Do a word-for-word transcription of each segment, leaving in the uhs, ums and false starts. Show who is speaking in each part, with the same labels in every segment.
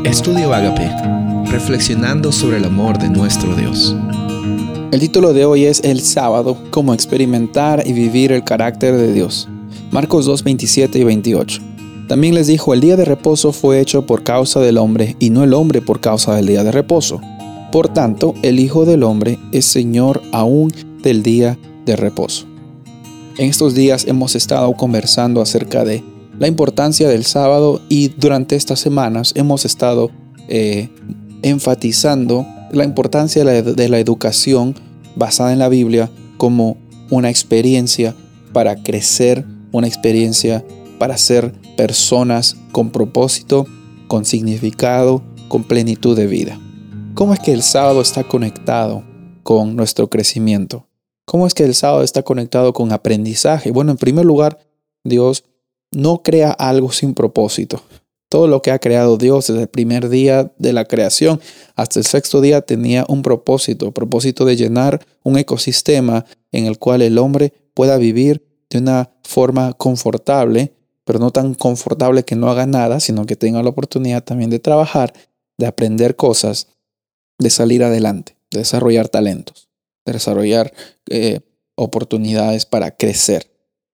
Speaker 1: Estudio Ágape, reflexionando sobre el amor de nuestro Dios.
Speaker 2: El título de hoy es El sábado, cómo experimentar y vivir el carácter de Dios. Marcos dos, veintisiete y veintiocho. También les dijo, el día de reposo fue hecho por causa del hombre, y no el hombre por causa del día de reposo. Por tanto, el Hijo del Hombre es Señor aún del día de reposo. En estos días hemos estado conversando acerca de la importancia del sábado y durante estas semanas hemos estado eh, enfatizando la importancia de la, de la educación basada en la Biblia como una experiencia para crecer, una experiencia para ser personas con propósito, con significado, con plenitud de vida. ¿Cómo es que el sábado está conectado con nuestro crecimiento? ¿Cómo es que el sábado está conectado con aprendizaje? Bueno, en primer lugar, Dios no crea algo sin propósito. Todo lo que ha creado Dios desde el primer día de la creación hasta el sexto día tenía un propósito, propósito de llenar un ecosistema en el cual el hombre pueda vivir de una forma confortable, pero no tan confortable que no haga nada, sino que tenga la oportunidad también de trabajar, de aprender cosas, de salir adelante, de desarrollar talentos, de desarrollar eh, oportunidades para crecer.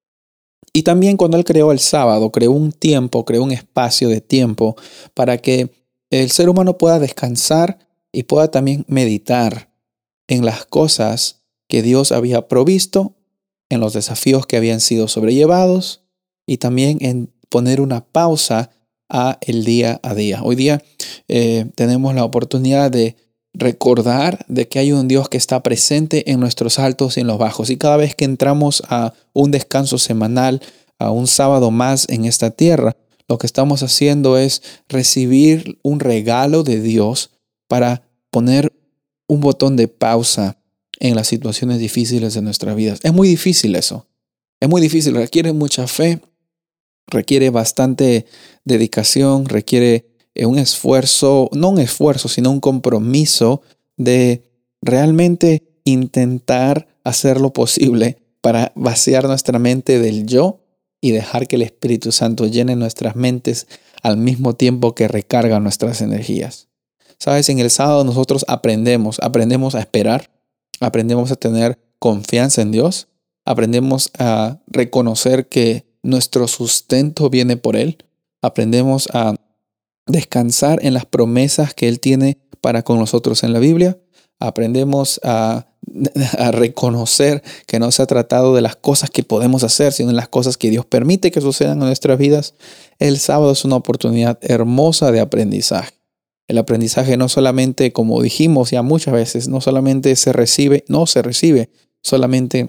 Speaker 2: Y también cuando Él creó el sábado, creó un tiempo, creó un espacio de tiempo para que el ser humano pueda descansar y pueda también meditar en las cosas que Dios había provisto, en los desafíos que habían sido sobrellevados y también en poner una pausa a el día a día. Hoy día eh, tenemos la oportunidad de recordar de que hay un Dios que está presente en nuestros altos y en los bajos. Y cada vez que entramos a un descanso semanal, a un sábado más en esta tierra, lo que estamos haciendo es recibir un regalo de Dios para poner un botón de pausa en las situaciones difíciles de nuestras vidas. Es muy difícil eso. Es muy difícil. Requiere mucha fe, requiere bastante dedicación, requiere un esfuerzo, no un esfuerzo, sino un compromiso de realmente intentar hacer lo posible para vaciar nuestra mente del yo y dejar que el Espíritu Santo llene nuestras mentes al mismo tiempo que recarga nuestras energías. Sabes, en el sábado nosotros aprendemos, aprendemos a esperar, aprendemos a tener confianza en Dios, aprendemos a reconocer que nuestro sustento viene por Él, aprendemos a descansar en las promesas que Él tiene para con nosotros en la Biblia. Aprendemos a, a reconocer que no se ha tratado de las cosas que podemos hacer, sino de las cosas que Dios permite que sucedan en nuestras vidas. El sábado es una oportunidad hermosa de aprendizaje. El aprendizaje no solamente, como dijimos ya muchas veces, no solamente se recibe, no se recibe solamente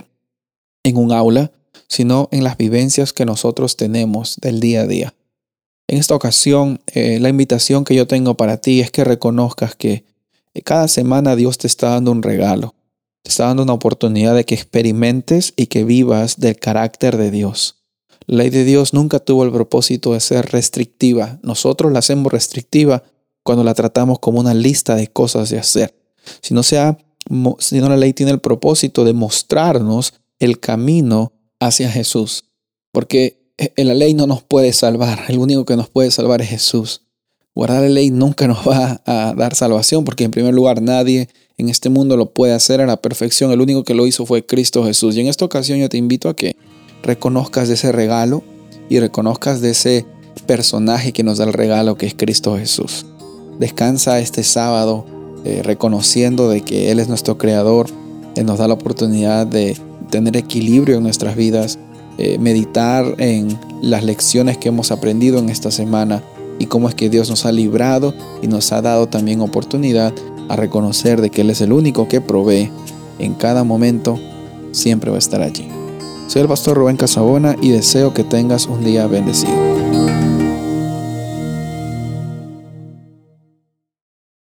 Speaker 2: en un aula, sino en las vivencias que nosotros tenemos del día a día. En esta ocasión, eh, la invitación que yo tengo para ti es que reconozcas que cada semana Dios te está dando un regalo. Te está dando una oportunidad de que experimentes y que vivas del carácter de Dios. La ley de Dios nunca tuvo el propósito de ser restrictiva. Nosotros la hacemos restrictiva cuando la tratamos como una lista de cosas de hacer. Si no, sea, si no la ley tiene el propósito de mostrarnos el camino hacia Jesús. Porque la ley no nos puede salvar. El único que nos puede salvar es Jesús. Guardar la ley nunca nos va a dar salvación porque en primer lugar nadie en este mundo lo puede hacer a la perfección. El único que lo hizo fue Cristo Jesús. Y en esta ocasión yo te invito a que reconozcas de ese regalo y reconozcas de ese personaje que nos da el regalo que es Cristo Jesús. Descansa este sábado eh, reconociendo de que Él es nuestro creador. Él nos da la oportunidad de tener equilibrio en nuestras vidas. Eh, meditar en las lecciones que hemos aprendido en esta semana y cómo es que Dios nos ha librado y nos ha dado también oportunidad a reconocer de que Él es el único que provee en cada momento, siempre va a estar allí. Soy el pastor Rubén Casabona y deseo que tengas un día bendecido.